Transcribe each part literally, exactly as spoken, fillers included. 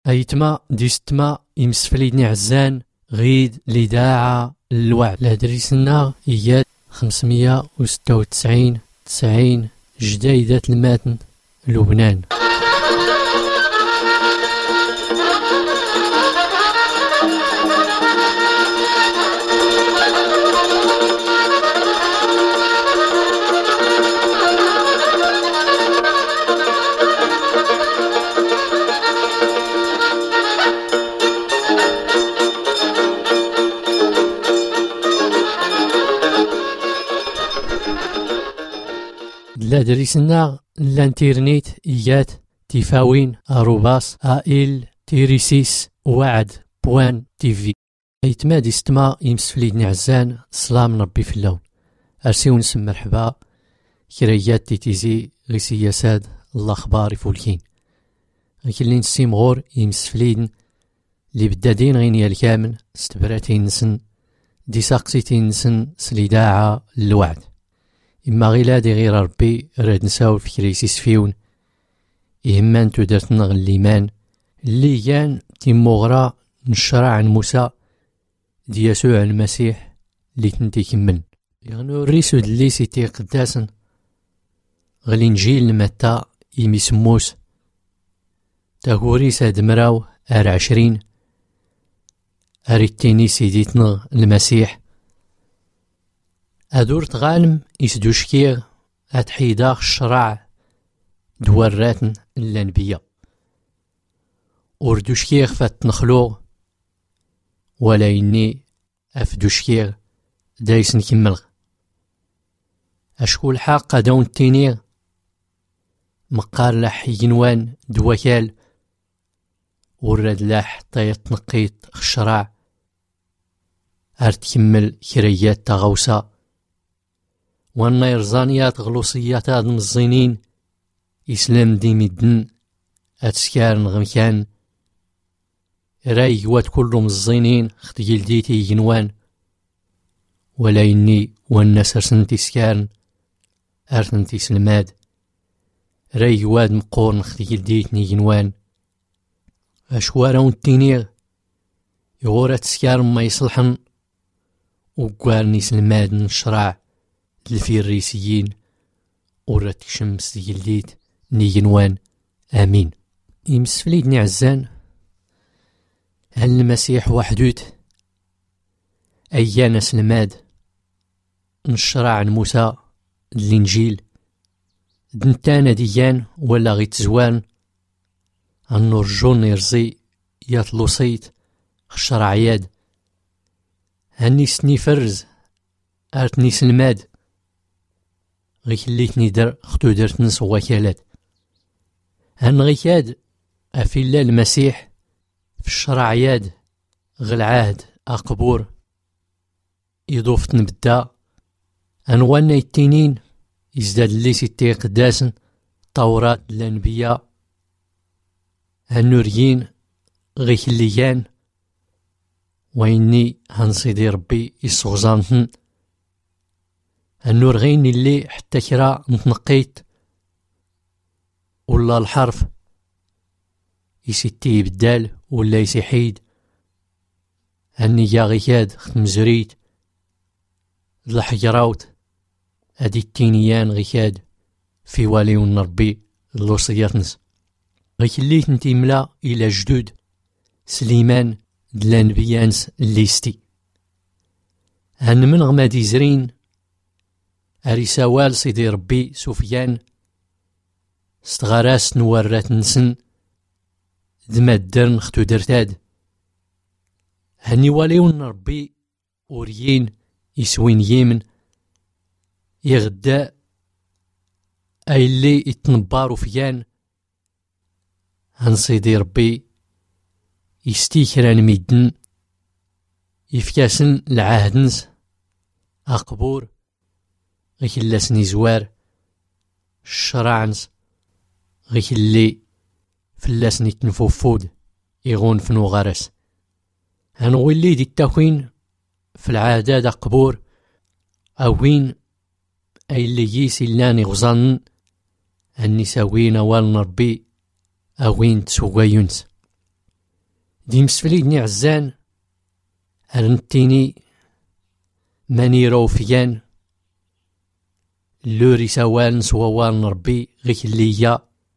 أيتما ديستما يمسفليدني عزان غيد لداعة الوعد لهدريسنا إياد خمسمية وستة وتسعين تسعين جديدة الماتن لبنان. لا دريسنا الانترنت إيات تيفاوين أروباس آئل تيريسيس وعد بوان تيفي. أيتماد استما يمسفليدني عزان سلام ربي في اللون أرسيو نسم مرحبا كريات تيتيزي غي سياساد الأخبار فولكين غيكلين نسيم غور يمسفليدن اللي بدادين غينيا الكامل استبراتين نسن دي ساقسيتين نسن سليداعة الوعد إما غيلا دي غير ربي راد نساول في كريسيس فيون إهمان تودرتنا غليمان اللي كان تيموغرا نشرع عن موسى دي يسوع المسيح اللي تنتي كمل يغنو الريسو دلي سيتي قداسن غلي نجيل المتا يمي سموس تاكوري ساد مراو ار عشرين اريتيني سيديتنا المسيح أدور تغالم يسدوشكيغ أتحيداغ الشرع دواراتن الأنبياء وردوشكيغ فاتنخلوغ ولا إني أفدوشكيغ دايسن كملغ أشكول حاقة دون تينيغ مقار لح ينوان دواكال ورد لح طيط نقيت الشرع أرتكمل كريات تغوصا وانا يرزانيات غلوصيات هاد مزينين إسلام دي مدن أتسكار نغمكان راي وات كلهم الزينين ختجيل ديتي جنوان ولا إني والناس أرسنتي سكارن أرسنتي سلماد راي واد مقورن ختجيل ديتني جنوان أشوارا ونتينيغ يغورا تسكار ما يصلحن وقوارني سلماد نشرع الفيريسيين ورات شمس جلديت نيجنوان آمين. يمسفليدني عزان هل المسيح وحدوت أيانا سلماد نشرع عن موسى الإنجيل دنتانا ديان ولا غي تزوان النور جون يرزي يطلو صيت خشر عياد هني سني فرز أرتني سلماد غيك اللي تنيدر خطو درت نس وكالات هن غيكاد أفلا المسيح في الشرع ياد غالعهد أقبور يضوفت نبدا أنوانا التنين يزداد اللي ستي قداسن طورات الأنبياء هنوريين غيك اللي كان وإني هنصيدي ربي يصغزانتن النور غيني اللي حتى كرا نتنقيت ولا الحرف يسيتي يبدال ولا يسيحيد هني جا غيكاد خمزريت الحجراوت هادي التينيان غيكاد في والي ونربي اللوصياتنس غيك اللي تنتي ملا إلى جدود سليمان دلانبيانس الليستي هن من غمادي زرين أريساوال سيدي ربي سفيان استغراس نورات نسن ذماد درن ختو درتاد هني واليون ربي أوريين يسوين يمن يغدا أي اللي يتنبارو فيان هن سيدي ربي يستيكران ميدن يفكاسن العهدنس أقبور غيك اللاسني زوار الشرعنس غيك اللي فلاسني تنفوفود يغون فنو غارس هنولي دي التاكوين في العادة دا قبور أوين أي اللي يسي لاني غزان أني ساوين أوال نربي أوين تسوغا يونس دي مسفليدني عزان أرنتيني ماني روفيان لوري سوال سوال ربي غيك اللي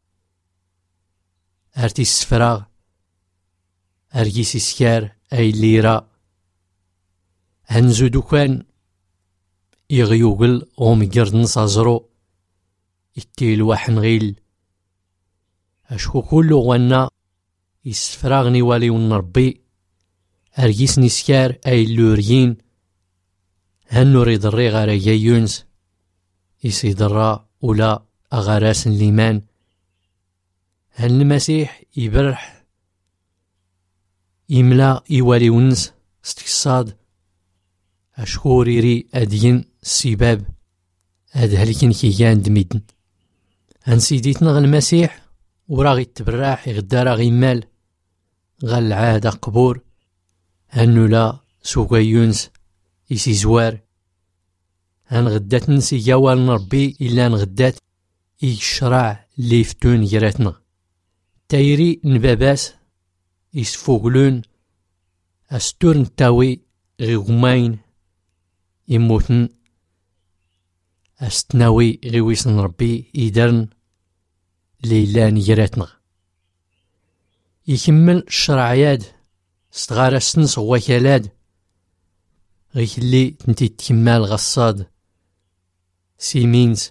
أرتي السفراغ أرجيسي سكار أي الليرة هنزو دوكان يغيوغل غوميقرد نصازرو إتيل واحن غيل أشكو كلو غوانا يسفراغني والي ونربي أرجيسني سكار أي اللوريين هنو ريضري غارا يونس يسيدرا ولا أغاراس الليمان هل المسيح يبرح يملا يوالي ونس استقصاد أشكوري ري أدين السباب هاد هلكين كيان دميدن هن سيديتنا غا المسيح وراغي تبراح يغدا راغي مال غا العادة قبور هنو لا سوقا يونس يسي زوار هن غدات نسي جوال ربي إلا نغدات يشرع اللي فتون جراتنا تايري نباباس يسفوغلون أستور نتاوي غي غماين يموتن أستناوي غي ويسن ربي يدرن ليلان جراتنا يكمل الشرعياد استغار السنس وكالاد غي اللي تنتي تكمال غصاد سيمينز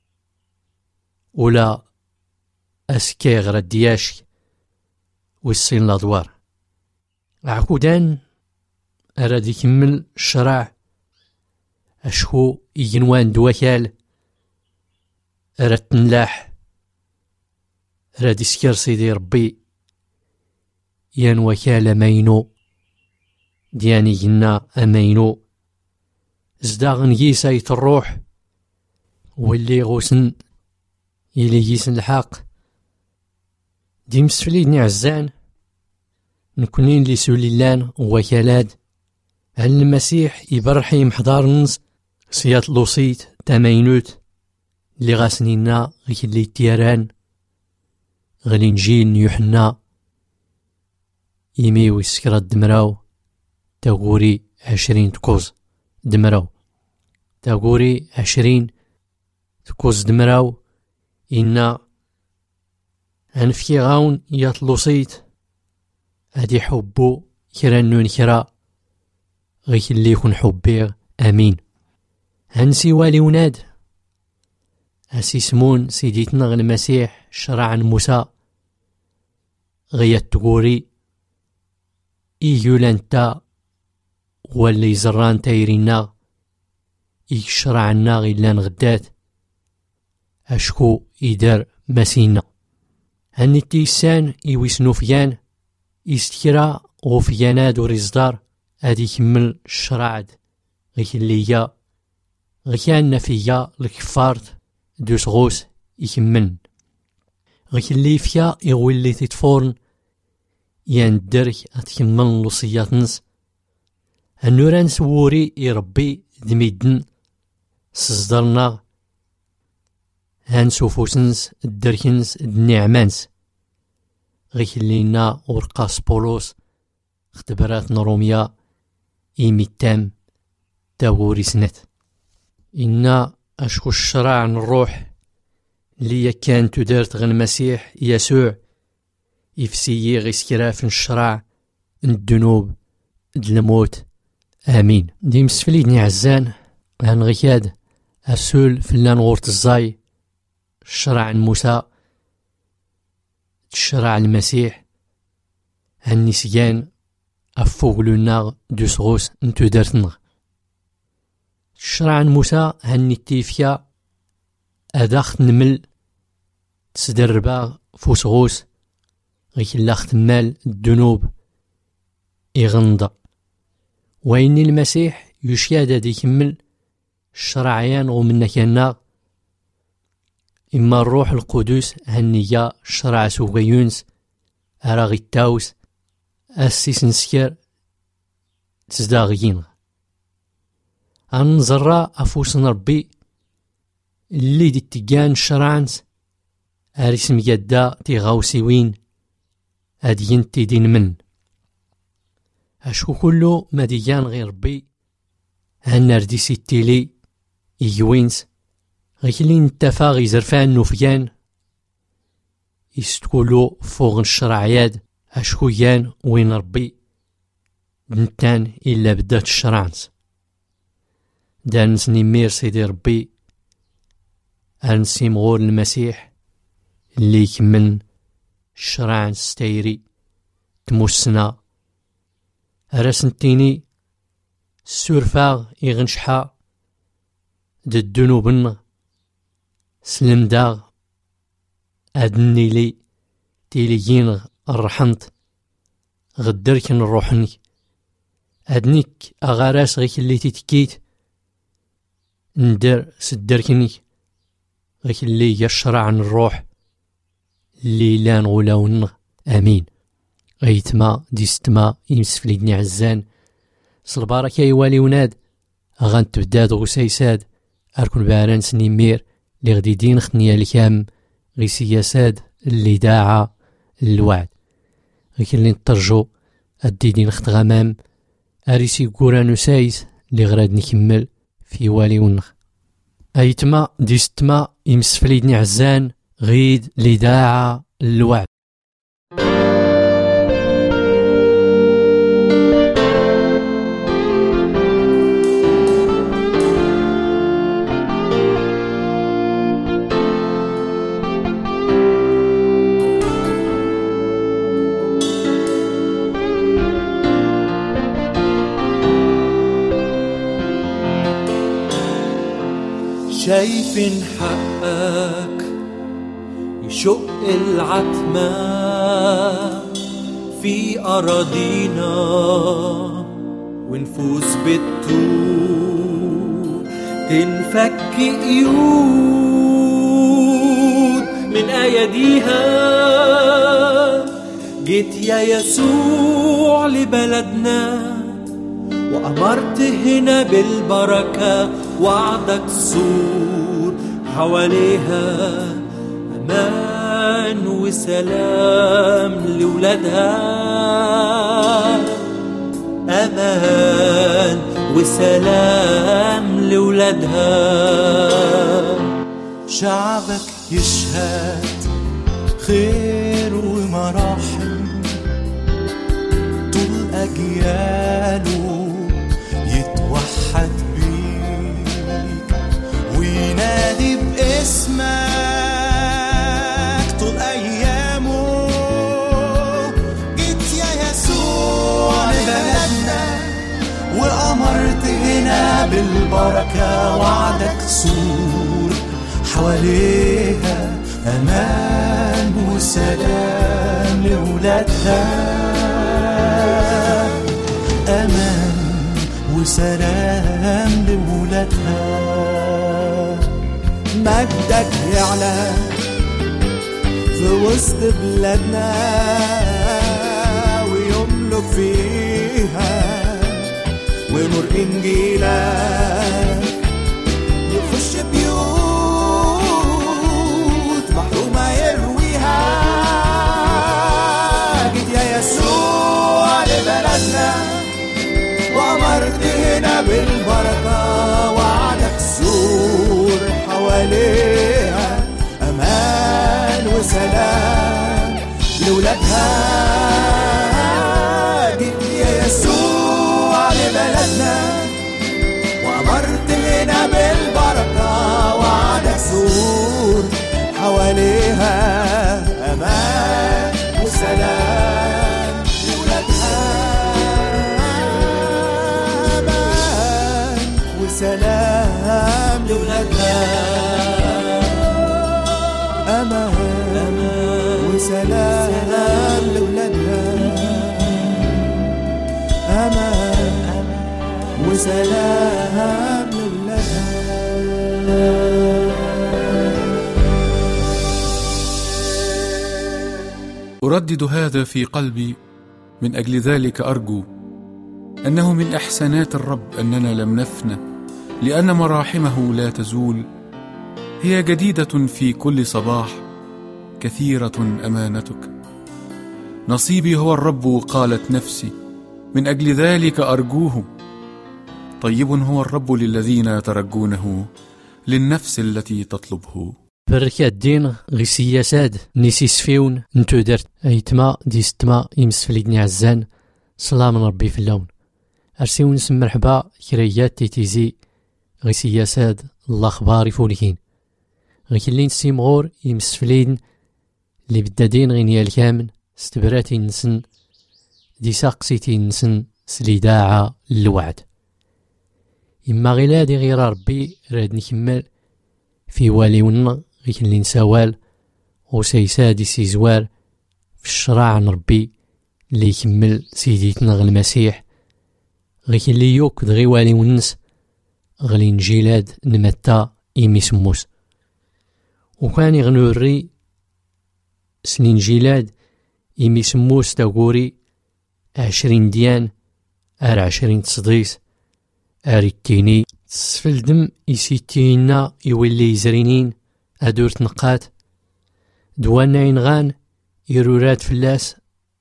ولا أسكي غير الدياش ويصين الأدوار عكودان أراد يكمل الشرع أشكو يجنوان دوكال أراد تنلاح أراد يسكر سيدي ربي ين وكال مينو دياني جنا أمينو زداغن جيسا يتروح واللي غوسن يلي جيسن الحق دي مسفليدني عزان نكونين لي سوليلان وكالاد هل المسيح يبرحي محضار نص سيات لوسيت تماينوت اللي غاسنينا غيك اللي تيران غلي نجين يوحنا يمي ويسكرا دمراو تاغوري عشرين تكوز دمراو تاغوري عشرين تكوز دمراو إنا هنفكي غاون يطلوصيت هادي حبو كرا نون كرا غيك اللي يكون حبيغ أمين هنسي والي وناد هسي سمون سيديتنا غ المسيح شرع موسى غيات تقوري إيجولانتا واللي زران تايرينا يشرع لنا غيلان غدات أشكو يدار مسينا هني تيسان يويسنو فيان يستكرا غوفيانا دور إصدار هادي يكمل الشرعد غيك اللي جا غيان نفيا الكفارت دوس غوس يكمل غيك اللي فيا يغولي تتفورن يان درك أتكمل الوصيات نس هنوران سوري يربي دميدن سصدرنا هانسو فوسنس الدركنس النعمانس غيك اللينا ورقاس بولوس اختبارات نروميا إيميتام تاغوري سنت إنا أشكو الشرع نروح ليا كان تدارت غن المسيح يسوع يفسيي غيسكراف الشرع الذنوب الموت آمين دي مسفليدني عزان هن غياد أسول فلان غورت الزاي الشرع موسى الشرع المسيح هالنسيان أفوغلونا دوس غوس انتو دارتنا الشرع موسى هالنتيفيا أداخت نمل تسدربا فوس غوس غيك اللاخت مال الذنوب إغنضا وإن المسيح يشياد دي كمل الشرعيان ومنا كنا إما الروح القدس هنيا شرع سوغيونس أراغي التاوس أسيس نسكر تزداغيين أنزرا أفوس ربي اللي دي تيجان شرعنس أرسم يدا تيغاوسيوين أدين تيدين من أشكو كله مديان غير ربي هنردي سيتيلي يجوينس غيكلي نتفا غيزرفان نوفيان يستقولو فوق الشرعياد أشكو يان وين ربي بنتان إلا بدات الشرعنس دانس نمير سيدي ربي أنسي مغور المسيح اللي يكمن الشرعنس ستيري تموسنا راسنتيني السورفاغ يغنشحا ددنوبن سلمداغ أدني لي تيليين الرحنت غدرك نروحني أدنيك أغاراس غيك اللي تتكيت ندر سدركني غيك اللي يشرع عن الروح اللي لان غلاون أمين غيتما ديستما يمسفليدني عزان صلبارك يوالي وناد أغان تبداد غسيساد أركن باران سنيمير اللي غدي دين خنيا الكام غي سياساد اللي داعا الوعد غيك اللي نطرجو أدي دين خت غمام أريسي قورانو سايس اللي غراد نكمل في والي ونخ أيتما ديستما يمسفليدني عزان غيد اللي داعا الوعد. شايفين حقك يشق العتمة في أراضينا ونفوس بتطول تنفك قيود من أيديها. جيت يا يسوع لبلدنا وأمرت هنا بالبركة، وعدك سور حواليها أمان وسلام لولادها، أمان وسلام لولادها. شعبك يشهد خير ومراحم طول أجياله، يتوحد بيك وينادي باسمك طول أيامه. جيت يا يسوع لبلدنا وأمرت هنا بالبركة، وعدك سور حواليها أمان وسلام لولادها، أمان وسلام لولادها. مجدك يعلى في وسط بلادنا ويملك فيها، ونور إنجيلك يخش بيوت محرومة يرويها. جيت يا يسوع لبلدنا وأمرت هنا بالبركة، وعدك سور حواليها أمان وسلام لولادها. جيت يا يسوع لبلدنا وأمرت هنا بالبركة، وعدك سور حواليها أمان وسلام لولادها، أمان وسلام لولادها، أمان وسلام لولادها، أمان وسلام لولادها. أردد هذا في قلبي، من أجل ذلك أرجو أنه من إحسانات الرب أننا لم نفنى، لأن مراحمه لا تزول، هي جديدة في كل صباح، كثيرة أمانتك. نصيبي هو الرب قالت نفسي، من أجل ذلك أرجوه. طيب هو الرب للذين يترجونه، للنفس التي تطلبه. بركة الدين غي سياساد نيسيس فيون نتو درت ايتما ديستما يمس فليدني عزان سلام ربي في اللون ارسيون نسم مرحبا كريات تيتيزي غي سياساد الله خباري فولكين غي كلين سيمغور يمس فليدن اللي بدادين غي نيال كامن استبراتي نسن دي ساقسيتي نسن سليداعة الوعد إما غيلادي غير ربي راد نكمل في والي ون غي كلي نساوال وسيسادي سيزوار في الشراع عن ربي اللي يكمل سيديتنا غي المسيح غي كلي يوك دغي والي ونس غلي نجيلاد نمتا إيمي سموس وكان يغنوري سنين جيلاد إيمي سموس تاقوري عشرين ديان ار عشرين تصديس ار التيني سفل دم يسيتينا يولي يزرينين ادور تنقات دوانا ينغان يرورات فلاس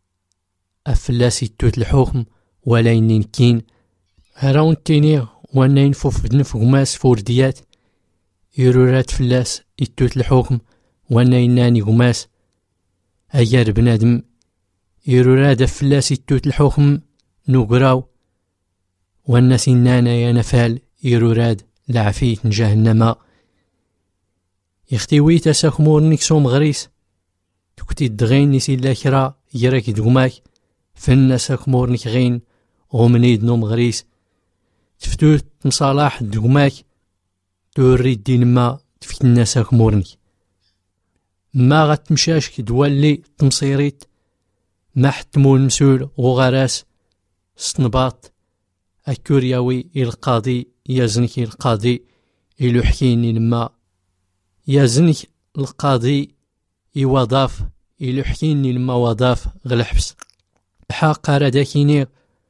افلاس يتوت الحكم ولا ينين كين هراون التيني وانا ينفوف بدنف غماس فورديات يرورات فلاس يتوت الحكم وانا يناني غماس ايار بنادم يروراد فلاس يتوت الحكم نقراو والناس نانا يا نفال يروراد لعفيت جهنم يختيوي تساكمور نكسوم غريس تكتي الدغين نسي لاكرا يراك دغماك فن ساكمور نكغين غومنيد نوم غريس تفتوت مصالح دغماك توري الدين ما تفتنا ساكمورنك ما غتمشاش دوالي تمصيريت ما حتمو المسؤول وغراس سنباط الكورياوي القاضي يزنك القاضي إلو حكيني لما يزنك القاضي يوظاف إلو حكيني لما وظاف غلحبس حاق رداكيني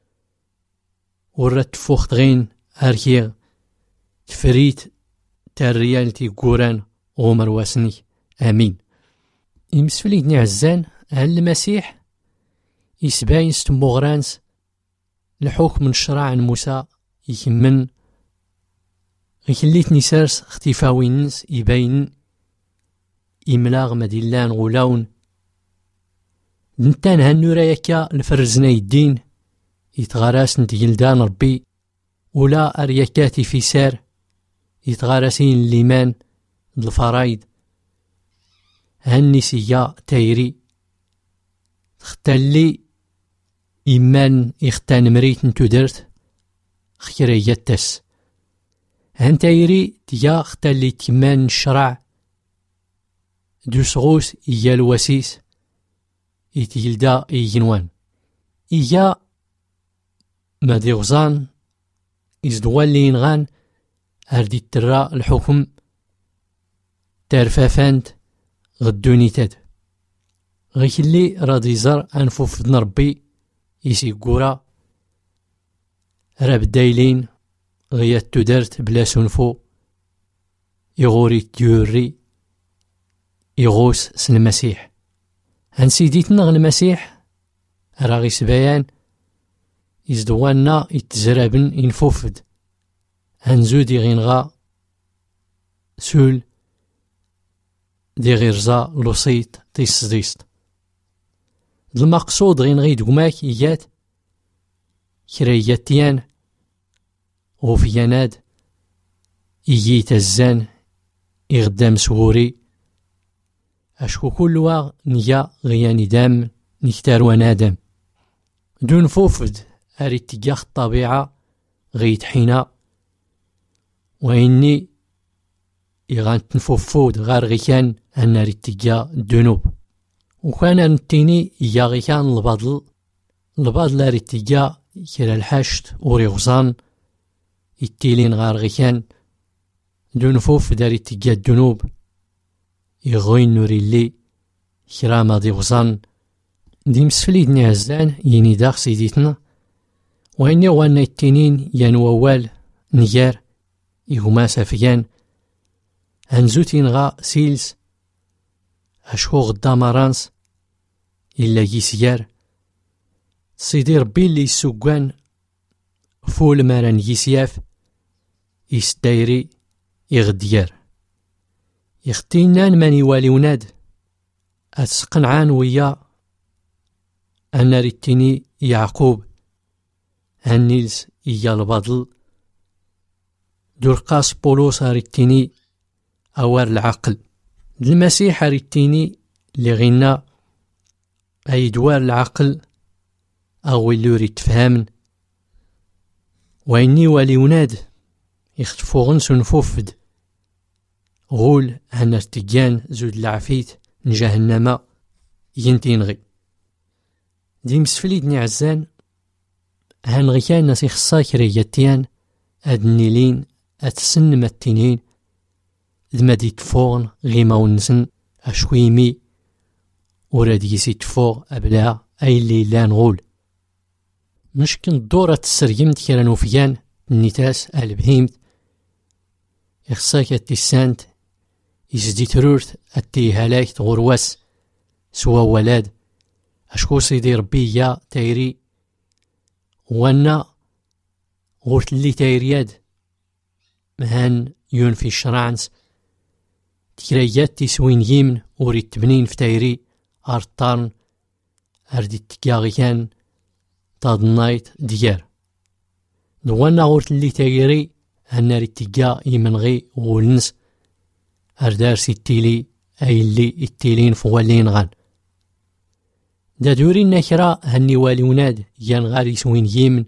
ورات فوخ دغين أركيغ تفريت تالريالتي قوران غمر واسني آمين. يمسفليدني عزان هل المسيح يسباين ستموغرانس الحكم من شرع موسى يكمن غيكليت نسارس اختفاوي الناس يبين إملاغ مدلان غلاون نتان هالنورا يكا لفرزنا الدين يتغراس نتجلدان ربي ولا أريكاتي في سار يتغارسين الليمان الفرايد هالنسيا تايري تختلي إيمان يختان مريت نتو درت خيرا يتس هانتايري تيا اختالي تيمان الشرع دو سغوس إيا الوسيس إتيلدا إيجنوان إيا مادي غزان إزدوان لي ينغان أردي الترا الحكم تارفافانت غدوني تاد غيكلي راضي زر أنفوف دن ربي يسي قورا راب دايلين غيات تدرت بلا سنفو يغوري تيوري يغوس سن المسيح هنسيديتنا غن المسيح راغي سبايان يزدوانا يتزرابن ينفوفد هنزودي غينغا سول دي غيرزا لوسيط تيسديست المقصود غين غيد قماك إيات كرياتيان غوفياناد إييت الزان إغدام سغوري أشكو كل واغ نيا غياني دام نكتار ونادم دون فوفد أريد تجاخ الطبيعة غيت حينا وإني إغان تنفوفود غار غيكان أن أريد تجا الدنوب وكان نتيني إيا غيكان البادل البادل أريد تجا كلا الحشت وريغزان التيلين غار غيكان دون فوف داري تجا الدنوب يغوين نوري اللي كرا ماضي غزان دي مسفليدني عزان يني داخ سيديتنا وإني وانا التينين ينووال نيار يهما سافيان هنزوتين غا سيلس أشهو غدا مرانس إلا يسيار سيدي ربي اللي يسوقان فول مران يسياف يستايري يغديار يختينان من يوالي وناد أتسقنعان ويا أنا ريتيني يعقوب هنيلز إيا البضل دورقاس بولوس ريتيني أوار العقل المسيح ريتيني لغينا أي دوار العقل أو اللي يريد تفهمن وإني والي وناد يختفوغن سنفوفد غول هنا ارتجان زود العفيت نجهنما ينتينغي دي مسفليدني عزان هنغي كان ناسي خصاك رياتيان هاد النيلين اتسن ماتينين ذما دي تفوغن غيما ونسن اشويمي وراد يسي تفوغ ابلا اي اللي لا نغول مشكن الدورة تسريمت كيرا نوفيان النتاس البهيمت يخصاك اتسانت يزدي ترورت اتي هلاك تغرواس سوا ولاد اشكو سيدي ربي يا تايري وانا غورت اللي تايرياد مهان يون في الشرعنس تكريات تسوين يمن وريد تبنين في تايري ارطارن اردي تكاغي كان تاد النايت ديار دوانا غورت اللي تايري هنا ريد تكا يمنغي غولنس اردار سيتيلي اي اللي التيلين فوالين غان دا دوري النكرة هني والي وناد يان غار يسوين يمن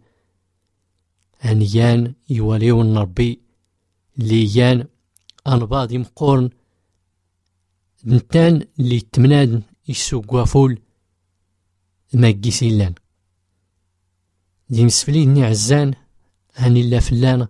هنيان يواليو النربي اللي يان انباضي مقورن دنتان اللي تمناد يسوق وافول ماكي سيلان دي مسفليني عزان هني لا فلان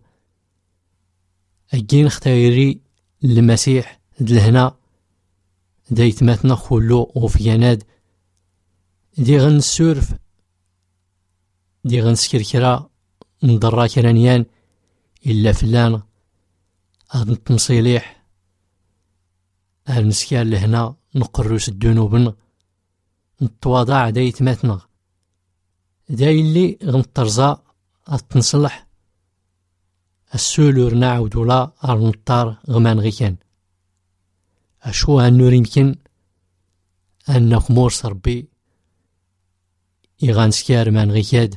اجين اختايري المسيح دلهنا دايت ماتنا خلو وفياناد دي غنسورف دي غنسكركرا نضرا كرانيان إلا فلان هاد التمصيليح هاد مسكال لهنا نقروس الدنوبن نتواضع دايت ماتنا داي اللي غنطرزا هاد تنصلح السولور نعاودو لا ارنطار غمان غيكان اشو هنور يمكن انك مورس ربي يغانسكار مان غيكاد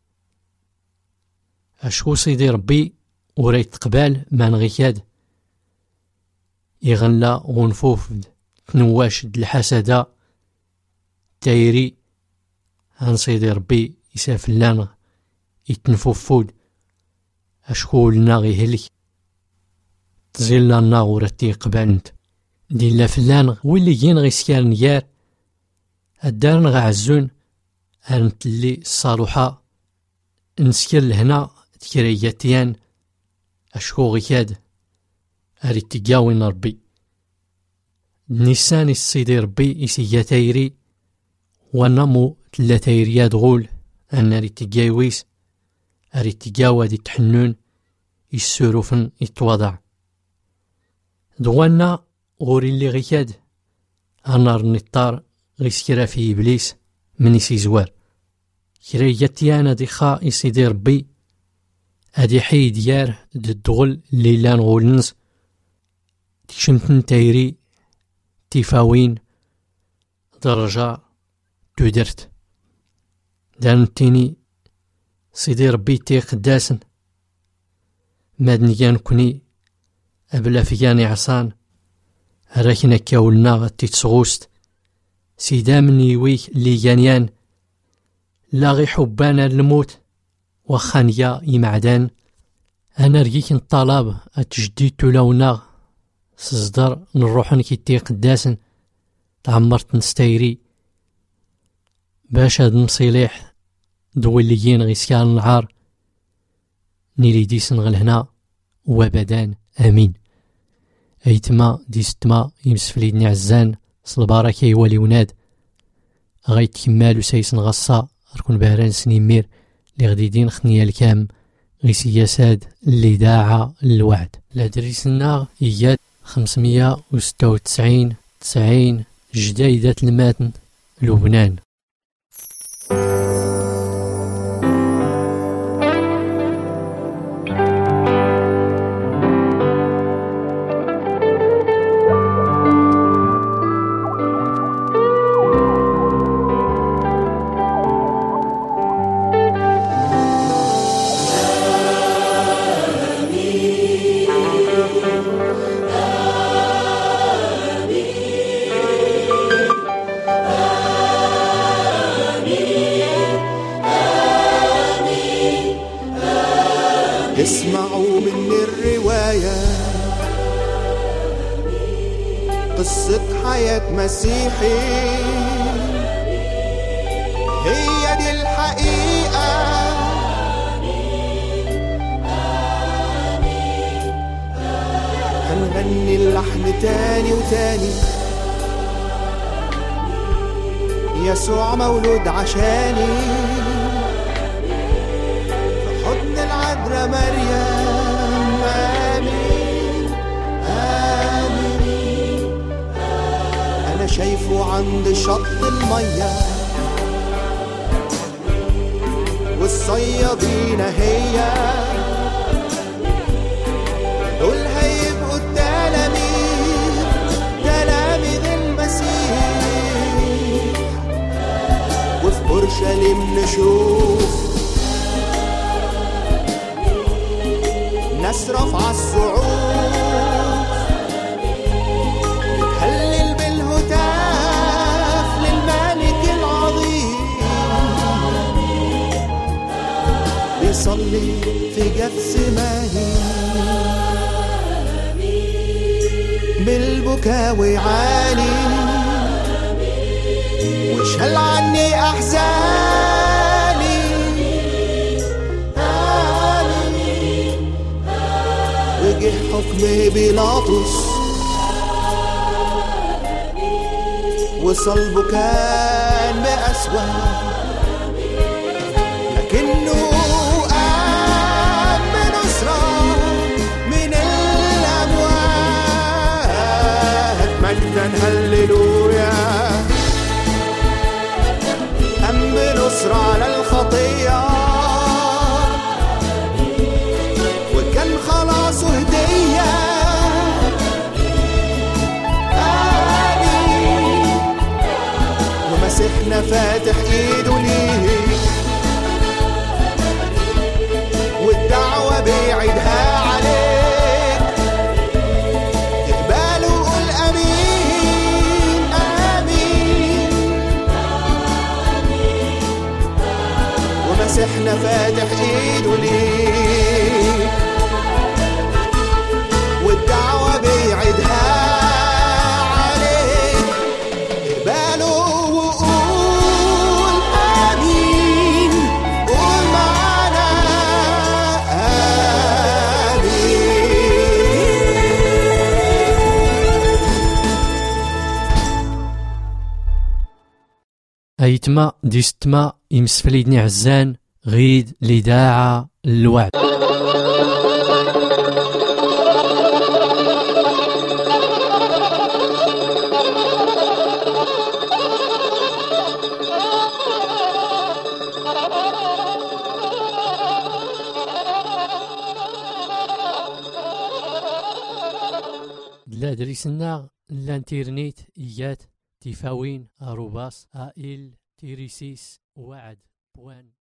اشو سيدي ربي وريت قبال مان غيكاد يغنلا غنفوف تنواش د الحسدة تايري هان سيدي ربي يسافلان يتنفوف فود اشكو لنا غيهلك تزيلا لنا ورتي قبالنت دي لا فلان واللي جين غيسكار نيار الدار نغعزون هانت اللي الصالحة نسكر لهنا تكرياتيان اشكو غيكاد اريد تقاوين ربي نيسان السيدي ربي يسيا تايري ونمو تلا تايريات غول انا اريد تقاويس اريد تقاوى دي تحنون يسوروفن يتواضع دوانا غوري اللي غيكاد انا رنطار غيسكرا في ابليس من يسي زوار كرياتيانا دي خا يسيدي ربي ادي حي ديار دغل اللي لا نغولنس تكشمتن تايري تيفاوين درجة تودرت دانتيني سيدي ربي تي قداسن مادني كان كوني أبلا فياني عصان راكنا كاولنا غتي تسغوست سيدا مني ويك اللي جانيان لا غي حبانا الموت وخانيا يمعدان انا رجيك الطلب اتجديد تولونا سصدر نروحن كيتي قداسن تعمرت نستيري باش هاد المصيليح دوليين غيسكال النعار نيلي ديسن غل هنا وابدان امين ايتما ديستما يمسفليدني عزان صلبارك يوالي وناد غايت كمال سيسن غصا ركون بهران سنيمير اللي غدي دين خنيا الكام غي سياسات اللي داعة للوعد لا دريسنا إياد خمسمية وستة وتسعين تسعين جديدة الماتن لبنان. اسمعوا مني الرواية، قصة حياة مسيحي، هي دي الحقيقة. هنغني اللحن تاني وتاني، يسوع مولود عشاني، في حضن العذراء مريم. آمين آمين. أنا شايفه عند شط المية، والصيادين هي دول هيبقوا التلاميذ، تلاميذ المسيح. وفي أورشليم نشوف ناس رافعة الصعود، بتهلل بالهتاف للملك العظيم، بيصلي في جثماني بالبكاء ويعاني، وشال عني أحزاني. آمين. وجه حكم بيلاطس، وصلبه كان بأسوأ، لكنه قام بنصرة من الأموات. مجدا هللويا. قام بنصرة على الخطية، وكان خلاصه هدية. آمين. ومسيحنا فاتح ايده ليه، والدعوة بيعيدها عليك، اقبال وقول امين. آمين. ومسيحنا فاتح ايده ليه، والدعوة بيعيدها عليك، اقباله وقول آمين. قول معانا آمين. أيتما ديستما يمسفليدني عزان غيد لداعة الوعد. لا دريسنا الانترنت إيات تفاوين أروباس آئل تيريسيس وعد بوان